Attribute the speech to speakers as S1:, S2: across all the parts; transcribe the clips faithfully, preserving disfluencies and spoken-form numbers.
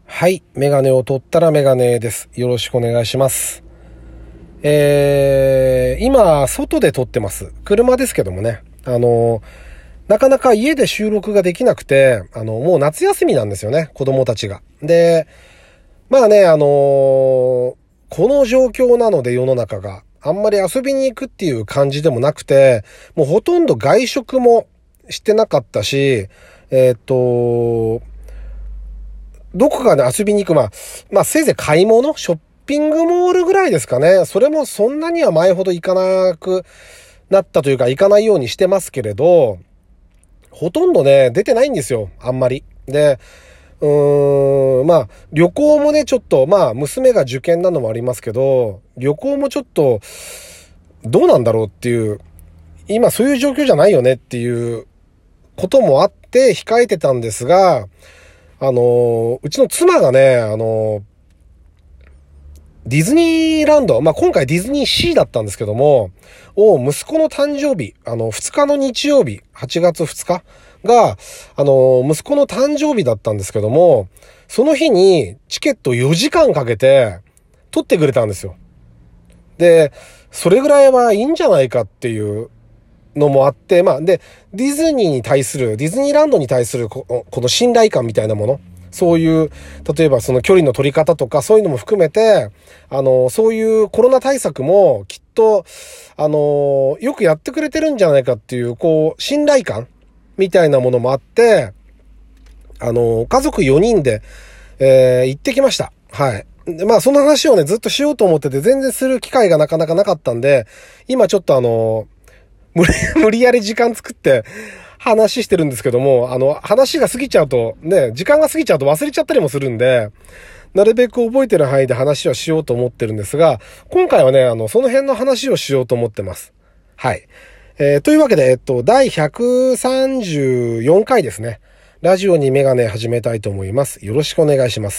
S1: はい。メガネを取ったらメガネです。よろしくお願いします。えー、今、外で撮ってます。車ですけどもね。あの、なかなか家で収録ができなくて、あの、もう夏休みなんですよね。子供たちが。で、まあね、あのこの状況なので世の中があんまり遊びに行くっていう感じでもなくて、もうほとんど外食もしてなかったし、えっと、どこかで遊びに行く、まあ、まあ、せいぜい買い物、ショッピングモールぐらいですかね。それもそんなには前ほど行かなくなったというか、行かないようにしてますけれど、ほとんどね、出てないんですよ。あんまり。で、うーん、まあ、旅行もね、ちょっと、まあ、娘が受験なのもありますけど、旅行もちょっと、どうなんだろうっていう、今そういう状況じゃないよねっていうこともあって控えてたんですが、あの、うちの妻がね、あの、ディズニーランド、まあ、今回ディズニーシーだったんですけども、を息子の誕生日、あの、ふつかの日曜日、はちがつふつかが、あの、息子の誕生日だったんですけども、その日にチケットよじかんかけて取ってくれたんですよ。で、それぐらいはいいんじゃないかっていうのもあって、まあ、で、ディズニーに対する、ディズニーランドに対するこ、この信頼感みたいなもの、そういう、例えばその距離の取り方とかそういうのも含めて、あの、そういうコロナ対策もきっと、あの、よくやってくれてるんじゃないかっていう、こう、信頼感みたいなものもあって、あの、家族よにんで、えー、行ってきました。はい。で、まあ、その話をね、ずっとしようと思ってて、全然する機会がなかなかなかったんで、今ちょっとあの、無理、無理やり時間作って話してるんですけども、あの、話が過ぎちゃうと、ね、時間が過ぎちゃうと忘れちゃったりもするんで、なるべく覚えてる範囲で話はしようと思ってるんですが、今回はね、あの、その辺の話をしようと思ってます。はい。えー、というわけで、えっと、第ひゃくさんじゅうよんかいですね。ラジオにメガネ始めたいと思います。よろしくお願いします。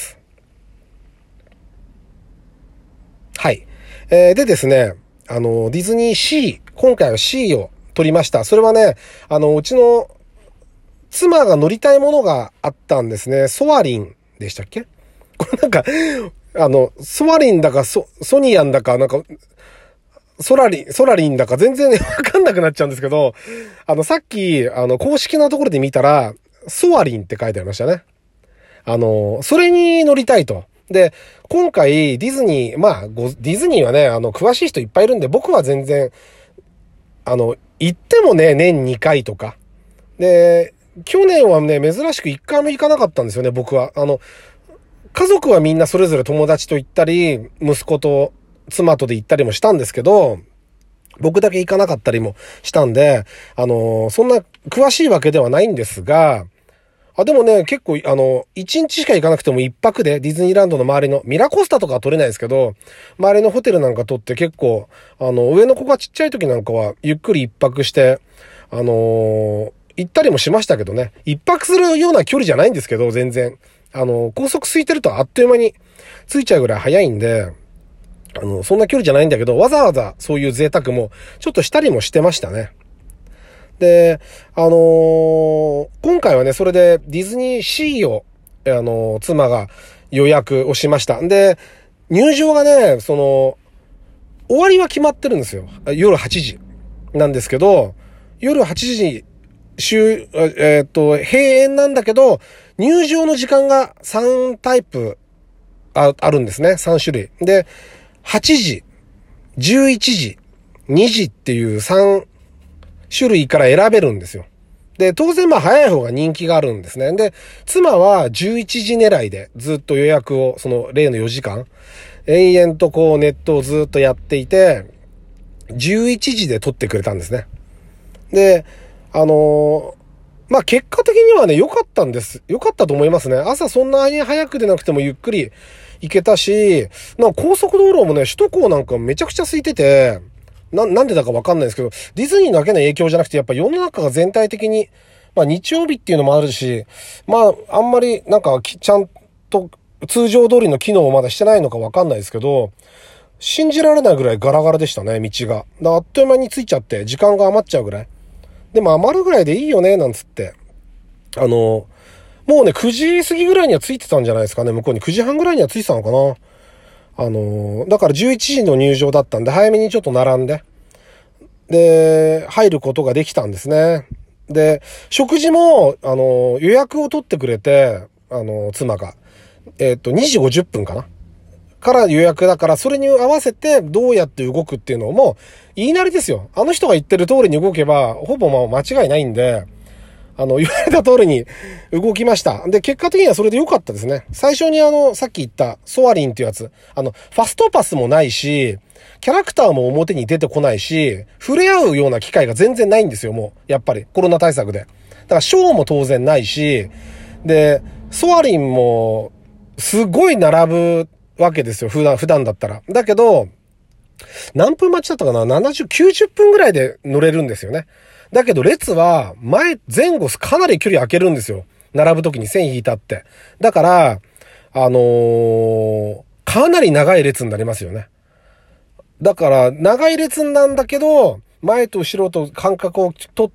S1: はい。えー、でですね、あの、ディズニーシー、今回は シー を取りました。それはね、あの、うちの妻が乗りたいものがあったんですね。ソアリンでしたっけ？これなんか、あの、ソアリンだかソ、ソニアンだか、なんか、ソラリン、ソラリンだか全然わかんなくなっちゃうんですけど、あの、さっき、あの、公式なところで見たら、ソアリンって書いてありましたね。あの、それに乗りたいと。で、今回ディズニー、まあ、ごディズニーはね、あの、詳しい人いっぱいいるんで、僕は全然、あの、行ってもね、年にかいとか。で、去年はね、珍しくいっかいも行かなかったんですよね、僕は。あの、家族はみんなそれぞれ友達と行ったり、息子と妻とで行ったりもしたんですけど、僕だけ行かなかったりもしたんで、あの、そんな詳しいわけではないんですが、あ、でもね、結構、あの、一日しか行かなくても一泊でディズニーランドの周りの、ミラコスタとかは取れないですけど、周りのホテルなんか取って結構、あの、上の子がちっちゃい時なんかは、ゆっくり一泊して、あのー、行ったりもしましたけどね。一泊するような距離じゃないんですけど、全然。あの、高速空いてるとあっという間に着いちゃうぐらい早いんで、あの、そんな距離じゃないんだけど、わざわざそういう贅沢も、ちょっとしたりもしてましたね。で、あのー、今回はね、それでディズニーシーを、あのー、妻が予約をしました。で、入場がね、その、終わりは決まってるんですよ。夜はちじなんですけど、夜はちじ、週、えー、っと、閉園なんだけど、入場の時間がさんタイプあ、あるんですね。さん種類。で、はちじ、じゅういちじ、にじっていうさん種類から選べるんですよ。で、当然まあ早い方が人気があるんですね。で、妻はじゅういちじ狙いでずっと予約を、その例のよじかん、延々とこうネットをずっとやっていて、じゅういちじで撮ってくれたんですね。で、あのー、まあ結果的にはね、良かったんです。良かったと思いますね。朝そんなに早くでなくてもゆっくり行けたし、なんか高速道路もね、首都高なんかめちゃくちゃ空いてて、な、なんでだかわかんないですけど、ディズニーだけの影響じゃなくて、やっぱ世の中が全体的に、まあ日曜日っていうのもあるし、まああんまりなんかちゃんと通常通りの機能をまだしてないのかわかんないですけど、信じられないぐらいガラガラでしたね、道が。あっという間に着いちゃって、時間が余っちゃうぐらい。でも余るぐらいでいいよね、なんつって。あの、 もうね、くじ過ぎぐらいには着いてたんじゃないですかね。向こうにくじはんぐらいには着いてたのかな。あのー、だからじゅういちじの入場だったんで、早めにちょっと並んで、で、入ることができたんですね。で、食事も、あのー、予約を取ってくれて、あのー、妻が。えっと、にじごじゅっぷんかなから予約だから、それに合わせてどうやって動くっていうのも、言いなりですよ。あの人が言ってる通りに動けば、ほぼまあ間違いないんで、あの、言われた通りに動きました。で、結果的にはそれで良かったですね。最初にあの、さっき言ったソアリンっていうやつ、あの、ファストパスもないし、キャラクターも表に出てこないし、触れ合うような機会が全然ないんですよ、もう。やっぱり、コロナ対策で。だから、ショーも当然ないし、で、ソアリンも、すごい並ぶわけですよ、普段、普段だったら。だけど、何分待ちだったかな ?ななじゅう、きゅうじゅっぷんぐらいで乗れるんですよね。だけど列は前、前後かなり距離空けるんですよ。並ぶ時に線引いたって。だから、あのー、かなり長い列になりますよね。だから、長い列なんだけど、前と後ろと間隔を取って、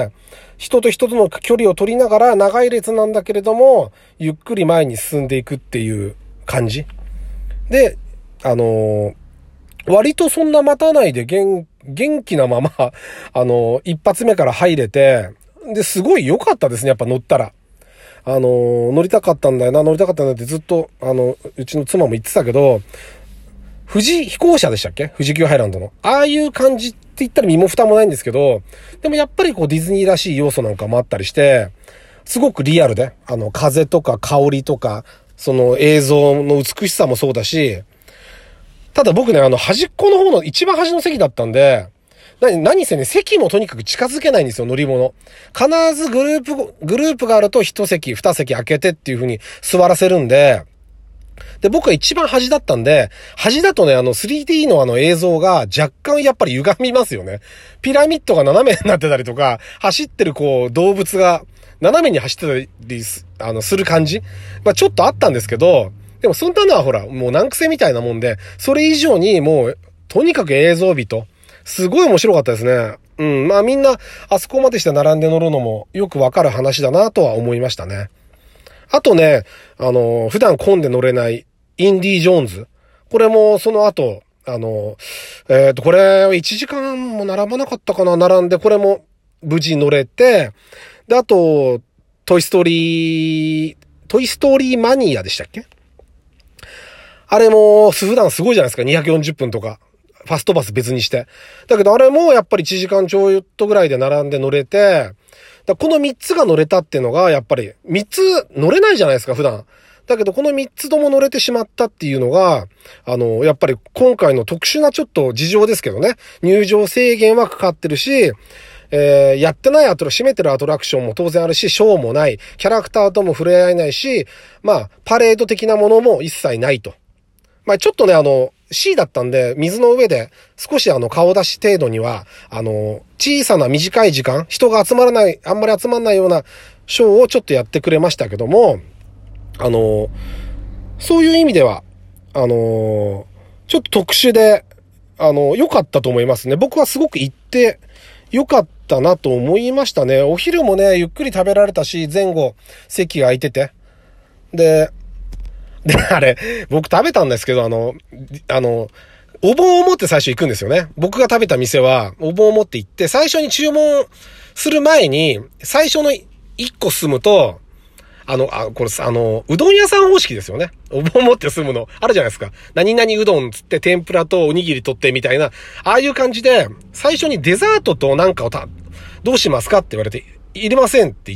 S1: 人と人との距離を取りながら長い列なんだけれども、ゆっくり前に進んでいくっていう感じ。で、あのー、割とそんな待たないで元、元気なまま、あの、一発目から入れて、で、すごい良かったですね、やっぱ乗ったら。あの、乗りたかったんだよな、乗りたかったんだってずっと、あの、うちの妻も言ってたけど、富士飛行車でしたっけ？富士急ハイランドの。ああいう感じって言ったら身も蓋もないんですけど、でもやっぱりこうディズニーらしい要素なんかもあったりして、すごくリアルで、あの、風とか香りとか、その映像の美しさもそうだし、ただ僕ね、あの、端っこの方の一番端の席だったんで、何、何せね、席もとにかく近づけないんですよ、乗り物。必ずグループ、グループがあると一席、二席空けてっていう風に座らせるんで、で、僕は一番端だったんで、端だとね、あの スリーディー のあの映像が若干やっぱり歪みますよね。ピラミッドが斜めになってたりとか、走ってるこう、動物が斜めに走ってたりす、あの、する感じ。まあちょっとあったんですけど、でもそんなのはほら、もう難癖みたいなもんで、それ以上にもう、とにかく映像美と、すごい面白かったですね。うん。まあみんな、あそこまでして並んで乗るのもよくわかる話だなとは思いましたね。あとね、あの、普段混んで乗れないインディ・ジョーンズ。これもその後、あの、えっと、これいちじかんも並ばなかったかな、並んで、これも無事乗れて、で、あと、トイストーリー、トイストーリーマニアでしたっけ？あれも、普段すごいじゃないですか。にひゃくよんじゅっぷんとか。ファストパス別にして。だけどあれもやっぱりいちじかんちょっとぐらいで並んで乗れて、だこのみっつが乗れたっていうのが、やっぱりみっつ乗れないじゃないですか、普段。だけどこのみっつとも乗れてしまったっていうのが、あの、やっぱり今回の特殊なちょっと事情ですけどね。入場制限はかかってるし、えー、やってないアトラ、閉めてるアトラクションも当然あるし、ショーもない。キャラクターとも触れ合えないし、まあ、パレード的なものも一切ないと。まあちょっとね、あの、C だったんで、水の上で少しあの顔出し程度には、あの、小さな短い時間、人が集まらない、あんまり集まらないようなショーをちょっとやってくれましたけども、あの、そういう意味では、あの、ちょっと特殊で、あの、良かったと思いますね。僕はすごく行って良かったなと思いましたね。お昼もね、ゆっくり食べられたし、前後席が空いてて。で、で、あれ、僕食べたんですけど、あの、あの、お盆を持って最初行くんですよね。僕が食べた店は、お盆を持って行って、最初に注文する前に、最初のいっこ進むと、あの、あ、これ、あの、うどん屋さん方式ですよね。お盆持って進むの。あるじゃないですか。何々うどんつって天ぷらとおにぎり取ってみたいな、ああいう感じで、最初にデザートとなんかをた、どうしますかって言われて、いりませんって言って、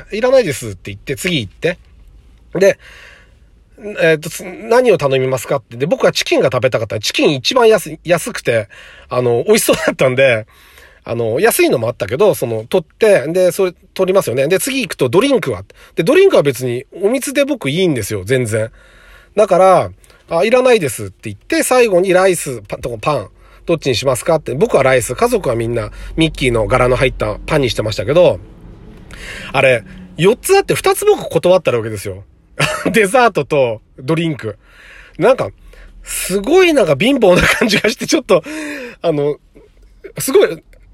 S1: いらないですって言って、次行って。で、えっと、何を頼みますかって。で、僕はチキンが食べたかった。チキン一番安い、安くて、あの、美味しそうだったんで、あの、安いのもあったけど、その、取って、で、それ、取りますよね。で、次行くとドリンクは。で、ドリンクは別に、お水で僕いいんですよ、全然。だから、あ、いらないですって言って、最後にライス、パン、とパン、どっちにしますかって。僕はライス、家族はみんな、ミッキーの柄の入ったパンにしてましたけど、あれ、よっつあってふたつ僕断ったわけですよ。デザートとドリンク。なんか、すごいなんか貧乏な感じがして、ちょっと、あの、すごい、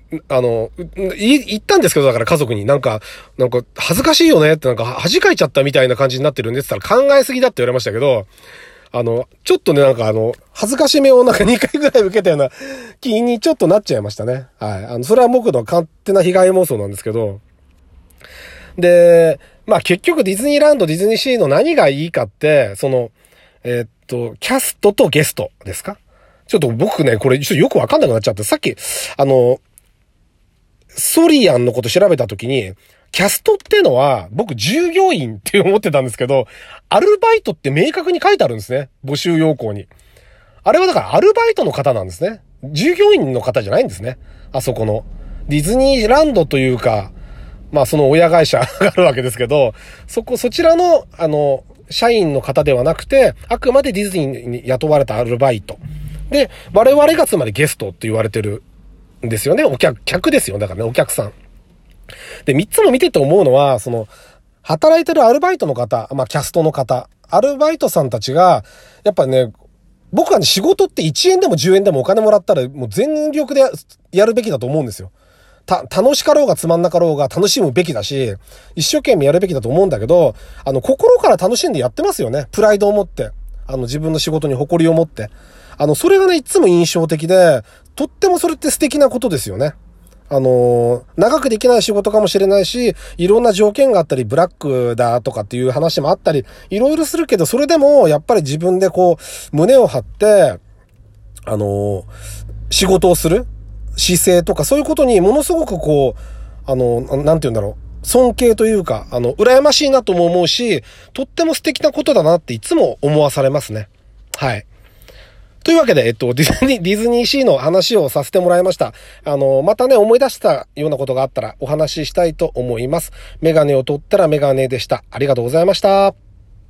S1: あの、い言ったんですけど、だから家族になんか、なんか恥ずかしいよねってなんか恥かいちゃったみたいな感じになってるんでって言ったら考えすぎだって言われましたけど、あの、ちょっとね、なんかあの、恥ずかしめをなんかにかいぐらい受けたような気にちょっとなっちゃいましたね。はい。あの、それは僕の勝手な被害妄想なんですけど。で、まあ結局ディズニーランド、ディズニーシーの何がいいかって、その、えー、っと、キャストとゲストですか？ちょっと僕ね、これちょっとよくわかんなくなっちゃって、さっき、あの、ソリアンのこと調べたときに、キャストってのは、僕従業員って思ってたんですけど、アルバイトって明確に書いてあるんですね。募集要項に。あれはだからアルバイトの方なんですね。従業員の方じゃないんですね。あそこの。ディズニーランドというか、まあその親会社があるわけですけど、そこ、そちらの、あの、社員の方ではなくて、あくまでディズニーに雇われたアルバイト。で、我々がつまりゲストって言われてるんですよね。お客、客ですよ。だからね、お客さん。で、三つも見てて思うのは、その、働いてるアルバイトの方、まあ、キャストの方、アルバイトさんたちが、やっぱね、僕はね、仕事っていちえんでもじゅうえんでもお金もらったら、もう全力でやるべきだと思うんですよ。た、楽しかろうがつまんなかろうが楽しむべきだし、一生懸命やるべきだと思うんだけど、あの、心から楽しんでやってますよね。プライドを持って。あの、自分の仕事に誇りを持って。あの、それがね、いつも印象的で、とってもそれって素敵なことですよね。あのー、長くできない仕事かもしれないし、いろんな条件があったり、ブラックだとかっていう話もあったり、いろいろするけど、それでも、やっぱり自分でこう、胸を張って、あのー、仕事をする姿勢とか、そういうことにものすごくこう、あの、なんて言うんだろう、尊敬というか、あの、羨ましいなとも思うし、とっても素敵なことだなっていつも思わされますね。はい。というわけで、えっと、ディズニー、ディズニーシーの話をさせてもらいました。あの、またね、思い出したようなことがあったらお話ししたいと思います。メガネを取ったらメガネでした。ありがとうございました。